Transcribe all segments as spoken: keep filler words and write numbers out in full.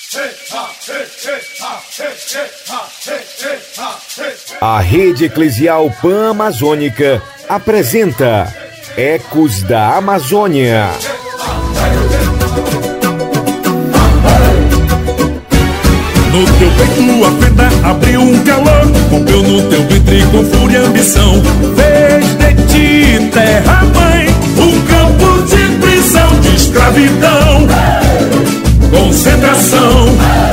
A Rede Eclesial Pan-Amazônica apresenta Ecos da Amazônia. No teu peito a fenda abriu um calor, rompeu no teu ventre com fúria e ambição. Fez de ti, terra-mãe, um campo de prisão, de escravidão, concentração.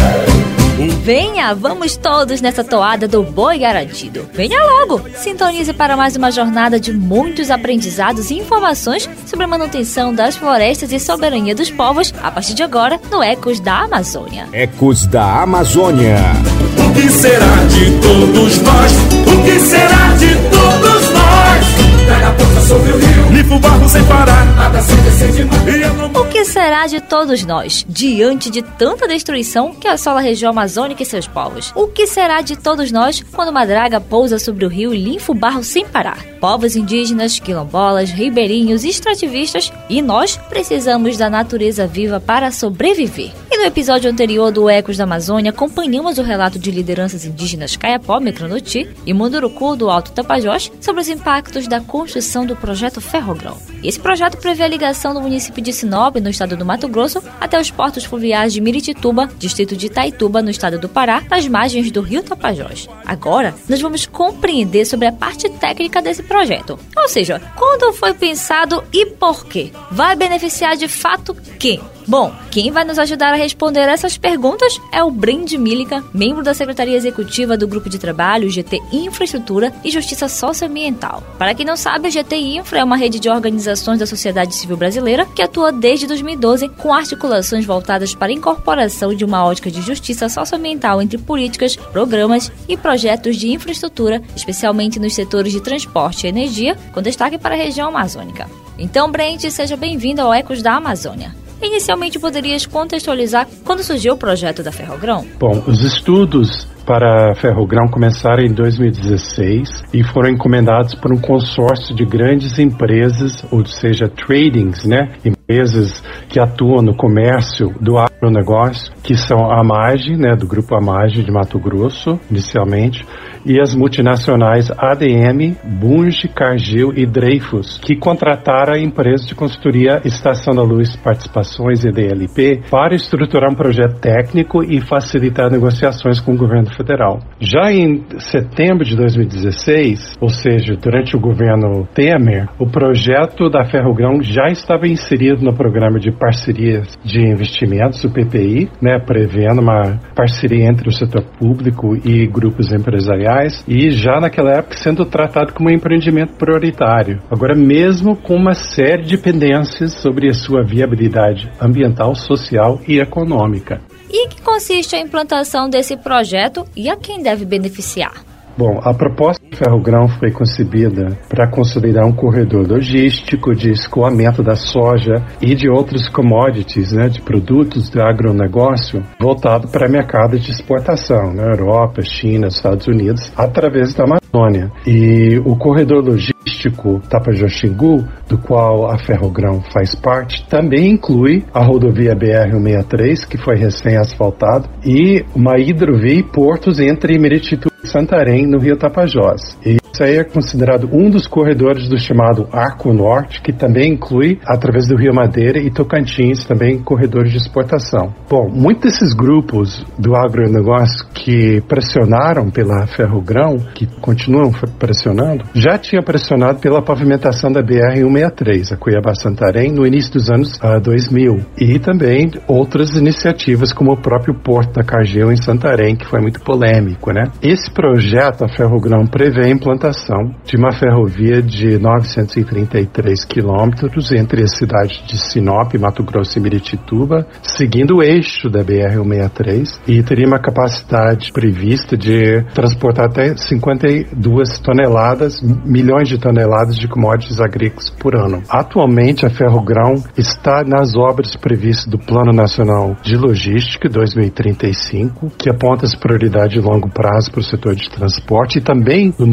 Venha, vamos todos nessa toada do Boi Garantido. Venha logo, sintonize para mais uma jornada de muitos aprendizados e informações sobre a manutenção das florestas e soberania dos povos, a partir de agora, no Ecos da Amazônia. Ecos da Amazônia. O que será de todos nós? O que será de todos nós? Pega a força sobre o rio, limpa o barro sem parar, nada sem descer de mar. O que será de todos nós, diante de tanta destruição que assola a região amazônica e seus povos? O que será de todos nós quando uma draga pousa sobre o rio e limpa o barro sem parar? Povos indígenas, quilombolas, ribeirinhos, extrativistas, e nós precisamos da natureza viva para sobreviver. E no episódio anterior do Ecos da Amazônia, acompanhamos o relato de lideranças indígenas Kayapó, Mecranoti e Munduruku do Alto Tapajós sobre os impactos da construção do projeto Ferrogrão. E esse projeto prevê a ligação do município de Sinop, no estado do Mato Grosso, até os portos fluviais de Miritituba, distrito de Itaituba, no estado do Pará, nas margens do rio Tapajós. Agora, nós vamos compreender sobre a parte técnica desse projeto. Ou seja, quando foi pensado e por quê? Vai beneficiar de fato quem? Bom, quem vai nos ajudar a responder essas perguntas é o Brend Milica, membro da Secretaria Executiva do Grupo de Trabalho G T Infraestrutura e Justiça Socioambiental. Para quem não sabe, o G T Infra é uma rede de organizações da sociedade civil brasileira que atua desde dois mil e doze com articulações voltadas para a incorporação de uma ótica de justiça socioambiental entre políticas, programas e projetos de infraestrutura, especialmente nos setores de transporte e energia, com destaque para a região amazônica. Então, Brend, seja bem-vindo ao Ecos da Amazônia. Inicialmente, poderias contextualizar quando surgiu o projeto da Ferrogrão? Bom, os estudos para a Ferrogrão começaram em dois mil e dezesseis e foram encomendados por um consórcio de grandes empresas, ou seja, tradings, né? Empresas que atuam no comércio do agronegócio, que são a AMAGE, né, do grupo AMAGE de Mato Grosso, inicialmente, e as multinacionais A D M, Bunge, Cargill e Dreyfus, que contrataram a empresa de consultoria Estação da Luz Participações E D L P para estruturar um projeto técnico e facilitar negociações com o governo federal. Já em setembro de dois mil e dezesseis, ou seja, durante o governo Temer, o projeto da Ferrogrão já estava inserido no programa de parcerias de investimentos, o P P I, né, prevendo uma parceria entre o setor público e grupos empresariais, e já naquela época sendo tratado como um empreendimento prioritário. Agora, mesmo com uma série de pendências sobre a sua viabilidade ambiental, social e econômica. E em que consiste a implantação desse projeto e a quem deve beneficiar? Bom, a proposta do Ferrogrão foi concebida para consolidar um corredor logístico de escoamento da soja e de outros commodities, né, de produtos do agronegócio, voltado para o mercado de exportação, na Europa, China, Estados Unidos, através da Amazônia. E o corredor logístico Tapajós-Xingu, do qual a Ferrogrão faz parte, também inclui a rodovia B R cento e sessenta e três, que foi recém-asfaltada, e uma hidrovia e portos entre Miritituba e Santarém, no rio Tapajós. E isso aí é considerado um dos corredores do chamado Arco Norte, que também inclui, através do Rio Madeira e Tocantins, também corredores de exportação. Bom, muitos desses grupos do agronegócio que pressionaram pela Ferrogrão, que continuam pressionando, já tinham pressionado pela pavimentação da B R cento e sessenta e três, a Cuiabá-Santarém, no início dos anos uh, dois mil. E também outras iniciativas, como o próprio Porto da Cargill em Santarém, que foi muito polêmico, né? Esse projeto, a Ferrogrão, prevê a implantação de uma ferrovia de novecentos e trinta e três quilômetros entre as cidades de Sinop, Mato Grosso e Miritituba, seguindo o eixo da B R cento e sessenta e três, e teria uma capacidade prevista de transportar até cinquenta e duas toneladas, milhões de toneladas de commodities agrícolas por ano. Atualmente, a Ferrogrão está nas obras previstas do Plano Nacional de Logística dois mil e trinta e cinco, que aponta as prioridades de longo prazo para o setor de transporte, e também do novo P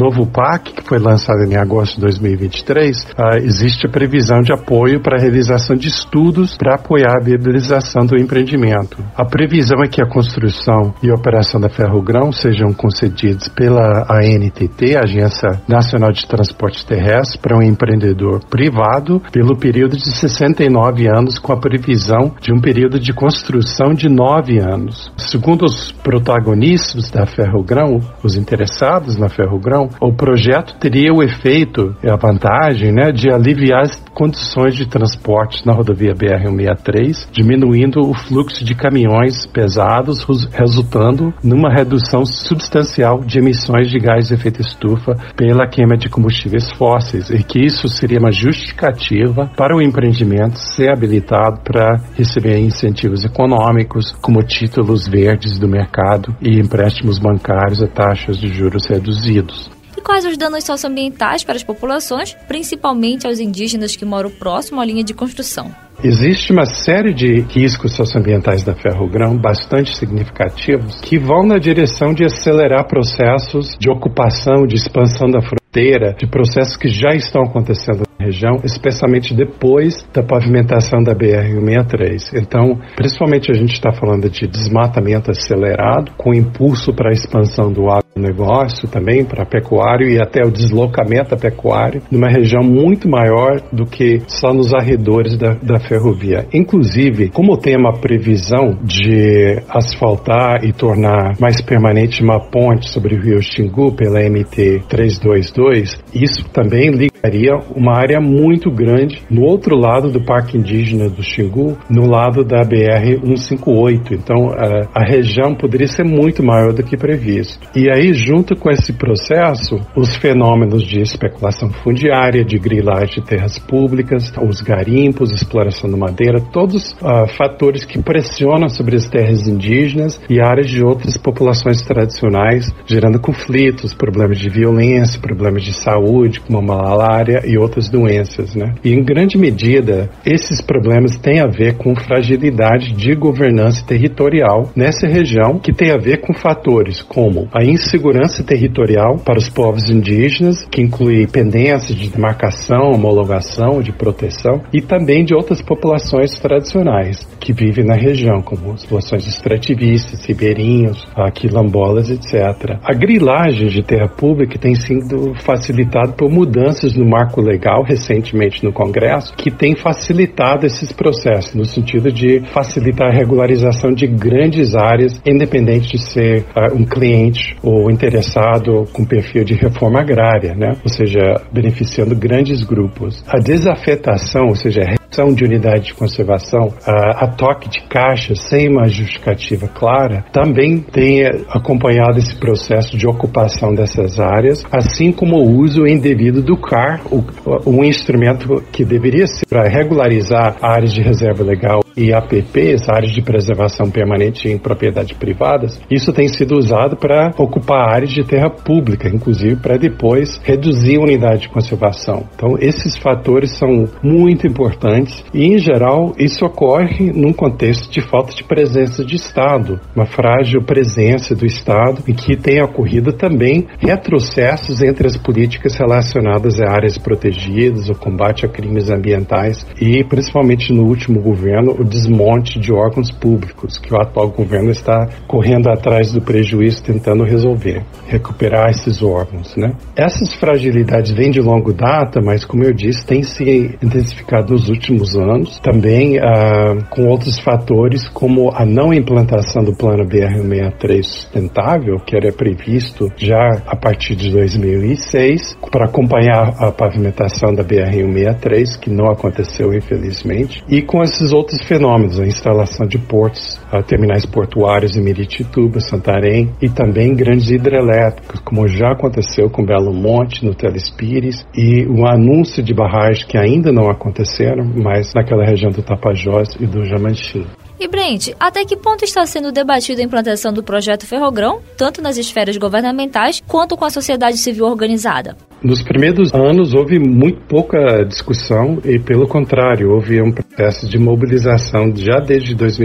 PAC, que foi lançada em agosto de dois mil e vinte e três, uh, existe a previsão de apoio para a realização de estudos para apoiar a viabilização do empreendimento. A previsão é que a construção e a operação da Ferrogrão sejam concedidos pela A N T T, Agência Nacional de Transporte Terrestre, para um empreendedor privado pelo período de sessenta e nove anos, com a previsão de um período de construção de nove anos. Segundo os protagonistas da Ferrogrão, os interessados na Ferrogrão, o projeto teria o efeito, a vantagem, né, de aliviar as condições de transporte na rodovia B R cento e sessenta e três, diminuindo o fluxo de caminhões pesados, resultando numa redução substancial de emissões de gás de efeito estufa pela queima de combustíveis fósseis, e que isso seria uma justificativa para o empreendimento ser habilitado para receber incentivos econômicos, como títulos verdes do mercado e empréstimos bancários a taxas de juros reduzidos. E quais os danos socioambientais para as populações, principalmente aos indígenas que moram próximo à linha de construção? Existe uma série de riscos socioambientais da Ferrogrão bastante significativos que vão na direção de acelerar processos de ocupação, de expansão da fronteira, de processos que já estão acontecendo na região, especialmente depois da pavimentação da B R cento e sessenta e três. Então, principalmente a gente está falando de desmatamento acelerado, com impulso para a expansão do agronegócio também, para pecuário e até o deslocamento da pecuária, numa região muito maior do que só nos arredores da, da ferrovia. Inclusive, como tem uma previsão de asfaltar e tornar mais permanente uma ponte sobre o rio Xingu pela M T trezentos e vinte e dois, isso também ligaria uma área muito grande no outro lado do Parque Indígena do Xingu, no lado da B R cento e cinquenta e oito. Então, a, a região poderia ser muito maior do que previsto. E aí, junto com esse processo, os fenômenos de especulação fundiária, de grilagem de terras públicas, os garimpos, exploração da madeira, todos uh, fatores que pressionam sobre as terras indígenas e áreas de outras populações tradicionais, gerando conflitos, problemas de violência, problemas de saúde, como a malária e outras doenças, né? E em grande medida, esses problemas têm a ver com fragilidade de governança territorial nessa região, que tem a ver com fatores como a insegurança territorial para os povos indígenas, que inclui pendências de demarcação, homologação, de proteção, e também de outras populações tradicionais que vivem na região, como as populações extrativistas, ribeirinhos, quilombolas, etcétera. A grilagem de terra pública tem sido facilitada por mudanças no marco legal recentemente no Congresso, que tem facilitado esses processos, no sentido de facilitar a regularização de grandes áreas, independente de ser uh, um cliente ou interessado com perfil de reforma agrária, né? Ou seja, beneficiando grandes grupos. A desafetação, ou seja, a redução de unidade de conservação, a, a toque de caixa, sem uma justificativa clara, também tem acompanhado esse processo de ocupação dessas áreas, assim como o uso indevido do C A R, o, um instrumento que deveria ser para regularizar áreas de reserva legal e A P Ps, áreas de preservação permanente em propriedade privadas. Isso tem sido usado para ocupar áreas de terra pública, inclusive para depois reduzir a unidade de conservação. Então, esses fatores são muito importantes e, em geral, isso ocorre num contexto de falta de presença de Estado, uma frágil presença do Estado, em que tem ocorrido também retrocessos entre as políticas relacionadas a áreas protegidas, o combate a crimes ambientais e, principalmente no último governo, o desmonte de órgãos públicos, que o atual governo está correndo atrás do prejuízo, tentando resolver, recuperar esses órgãos, né? Essas fragilidades vêm de longa data, mas, como eu disse, têm se intensificado nos últimos anos, também ah, com outros fatores, como a não implantação do plano B R cento e sessenta e três sustentável, que era previsto já a partir de dois mil e seis, para acompanhar a pavimentação da B R cento e sessenta e três, que não aconteceu, infelizmente, e com esses outros fenômenos, a instalação de portos, a terminais portuários em Miritituba, Santarém, e também grandes hidrelétricos, como já aconteceu com Belo Monte, no Telespires, e um anúncio de barragens que ainda não aconteceram, mas naquela região do Tapajós e do Jamanchim. E Brent, até que ponto está sendo debatida a implantação do projeto Ferrogrão, tanto nas esferas governamentais quanto com a sociedade civil organizada? Nos primeiros anos houve muito pouca discussão e, pelo contrário, houve um processo de mobilização já desde dois mil e dezenove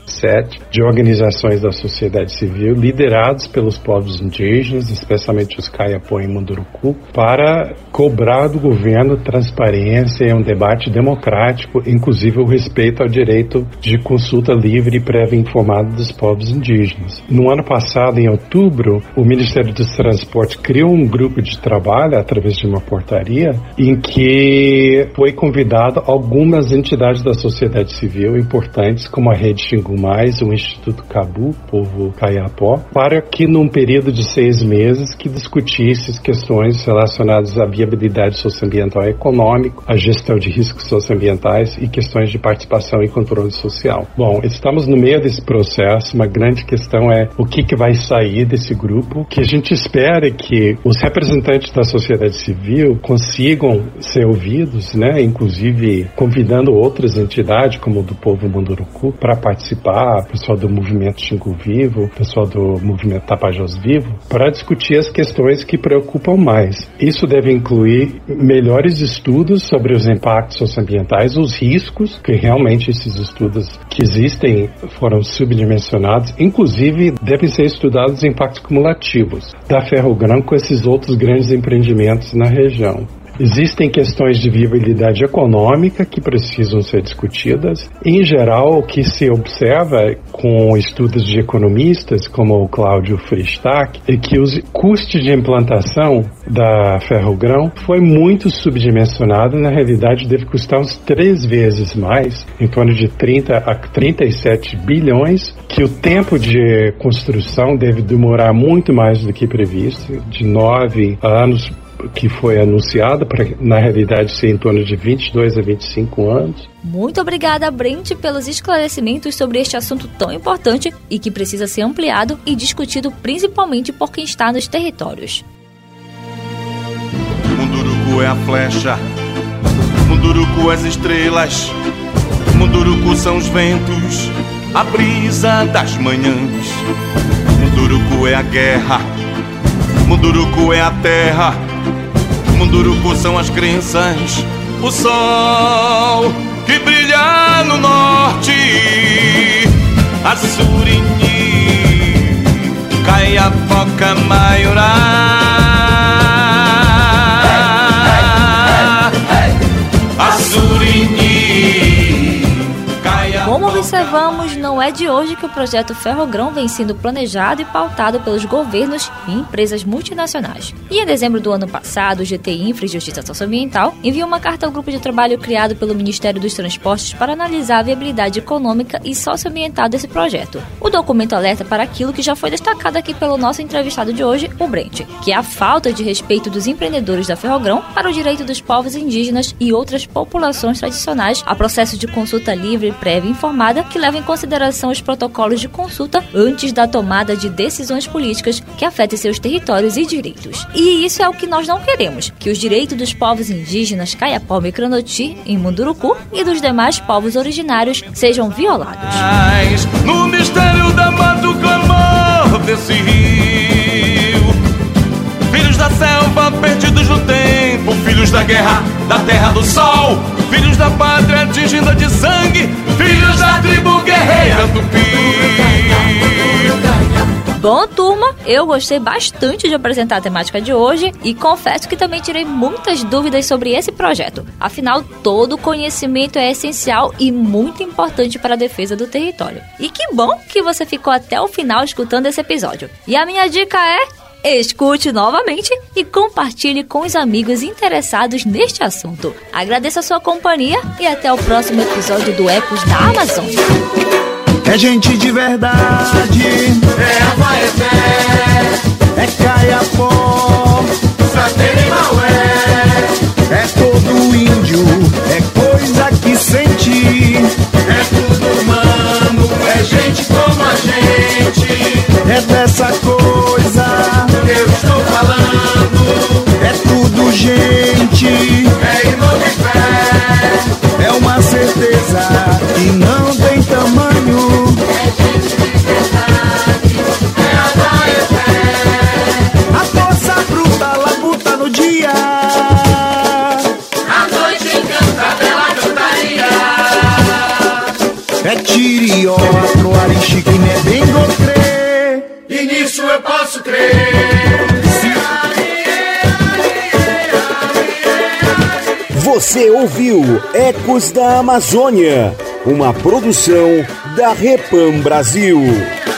sete de organizações da sociedade civil liderados pelos povos indígenas, especialmente os Kayapó e Munduruku, para cobrar do governo transparência e um debate democrático, inclusive o respeito ao direito de consulta livre e prévia informada dos povos indígenas. No ano passado, em outubro, o Ministério dos Transportes criou um grupo de trabalho através de uma portaria em que foi convidado algumas entidades da sociedade civil importantes, como a Rede Xingu Mais, o Instituto Cabu, povo Kayapó, para que num período de seis meses que discutisse questões relacionadas à viabilidade socioambiental e econômica, a gestão de riscos socioambientais e questões de participação e controle social. Bom, estamos no meio desse processo. Uma grande questão é o que, que vai sair desse grupo, que a gente espera que os representantes da sociedade civil consigam ser ouvidos, né, inclusive convidando outras entidades, como o do povo Munduruku, para participar, pessoal do movimento Xingu Vivo, pessoal do movimento Tapajós Vivo, para discutir as questões que preocupam mais. Isso deve incluir melhores estudos sobre os impactos socioambientais, os riscos, que realmente esses estudos que existem foram subdimensionados, inclusive devem ser estudados os impactos cumulativos da Ferrogrão com esses outros grandes empreendimentos na região. Existem questões de viabilidade econômica que precisam ser discutidas. Em geral, o que se observa com estudos de economistas, como o Cláudio Fristac, é que os custos de implantação da Ferrogrão foi muito subdimensionado. Na realidade, deve custar uns três vezes mais, em torno de trinta a trinta e sete bilhões, que o tempo de construção deve demorar muito mais do que previsto, de nove anos, que foi anunciado, para na realidade ser em torno de vinte e dois a vinte e cinco anos. Muito obrigada, Brent, pelos esclarecimentos sobre este assunto tão importante e que precisa ser ampliado e discutido principalmente por quem está nos territórios. Munduruku é a flecha, Munduruku as estrelas, Munduruku são os ventos, a brisa das manhãs. Munduruku é a guerra, Munduruku é a terra, Munduruku são as crenças, o sol que brilha no norte, Assurini, Kayapó, Maiorá, Assurini. Como observamos, não é de hoje que o projeto Ferrogrão vem sendo planejado e pautado pelos governos e empresas multinacionais. E em dezembro do ano passado, o G T Infra e Justiça Socioambiental enviou uma carta ao grupo de trabalho criado pelo Ministério dos Transportes para analisar a viabilidade econômica e socioambiental desse projeto. O documento alerta para aquilo que já foi destacado aqui pelo nosso entrevistado de hoje, o Brent, que é a falta de respeito dos empreendedores da Ferrogrão para o direito dos povos indígenas e outras populações tradicionais a processo de consulta livre, prévia e informada que leva em consideração os protocolos de consulta antes da tomada de decisões políticas que afetem seus territórios e direitos. E isso é o que nós não queremos, que os direitos dos povos indígenas Kayapó, Micronoti e Munduruku e dos demais povos originários sejam violados. No mistério da mata, o clamor desse rio, filhos da selva perdidos no tempo, filhos da guerra, da terra do sol, filhos da pátria tingida de sangue, filhos da tribo guerreira Tupi. Bom, turma, eu gostei bastante de apresentar a temática de hoje e confesso que também tirei muitas dúvidas sobre esse projeto. Afinal, todo conhecimento é essencial e muito importante para a defesa do território. E que bom que você ficou até o final escutando esse episódio. E a minha dica é: escute novamente e compartilhe com os amigos interessados neste assunto. Agradeço a sua companhia e até o próximo episódio do Ecos da Amazônia. É gente de verdade, É Abaeté, é Kayapó, Satene Maué, é todo índio, é coisa que sente, é tudo humano, é gente como a gente. é dessa coisa, Eu estou falando, é tudo gente, é irmão de fé, é uma certeza que não tem tamanho. A força bruta, labuta no dia, a noite encanta bela cantaria. é tirió, a em Chiquiné bem crer. E nisso eu posso crer. Você ouviu Ecos da Amazônia, uma produção da Repam Brasil.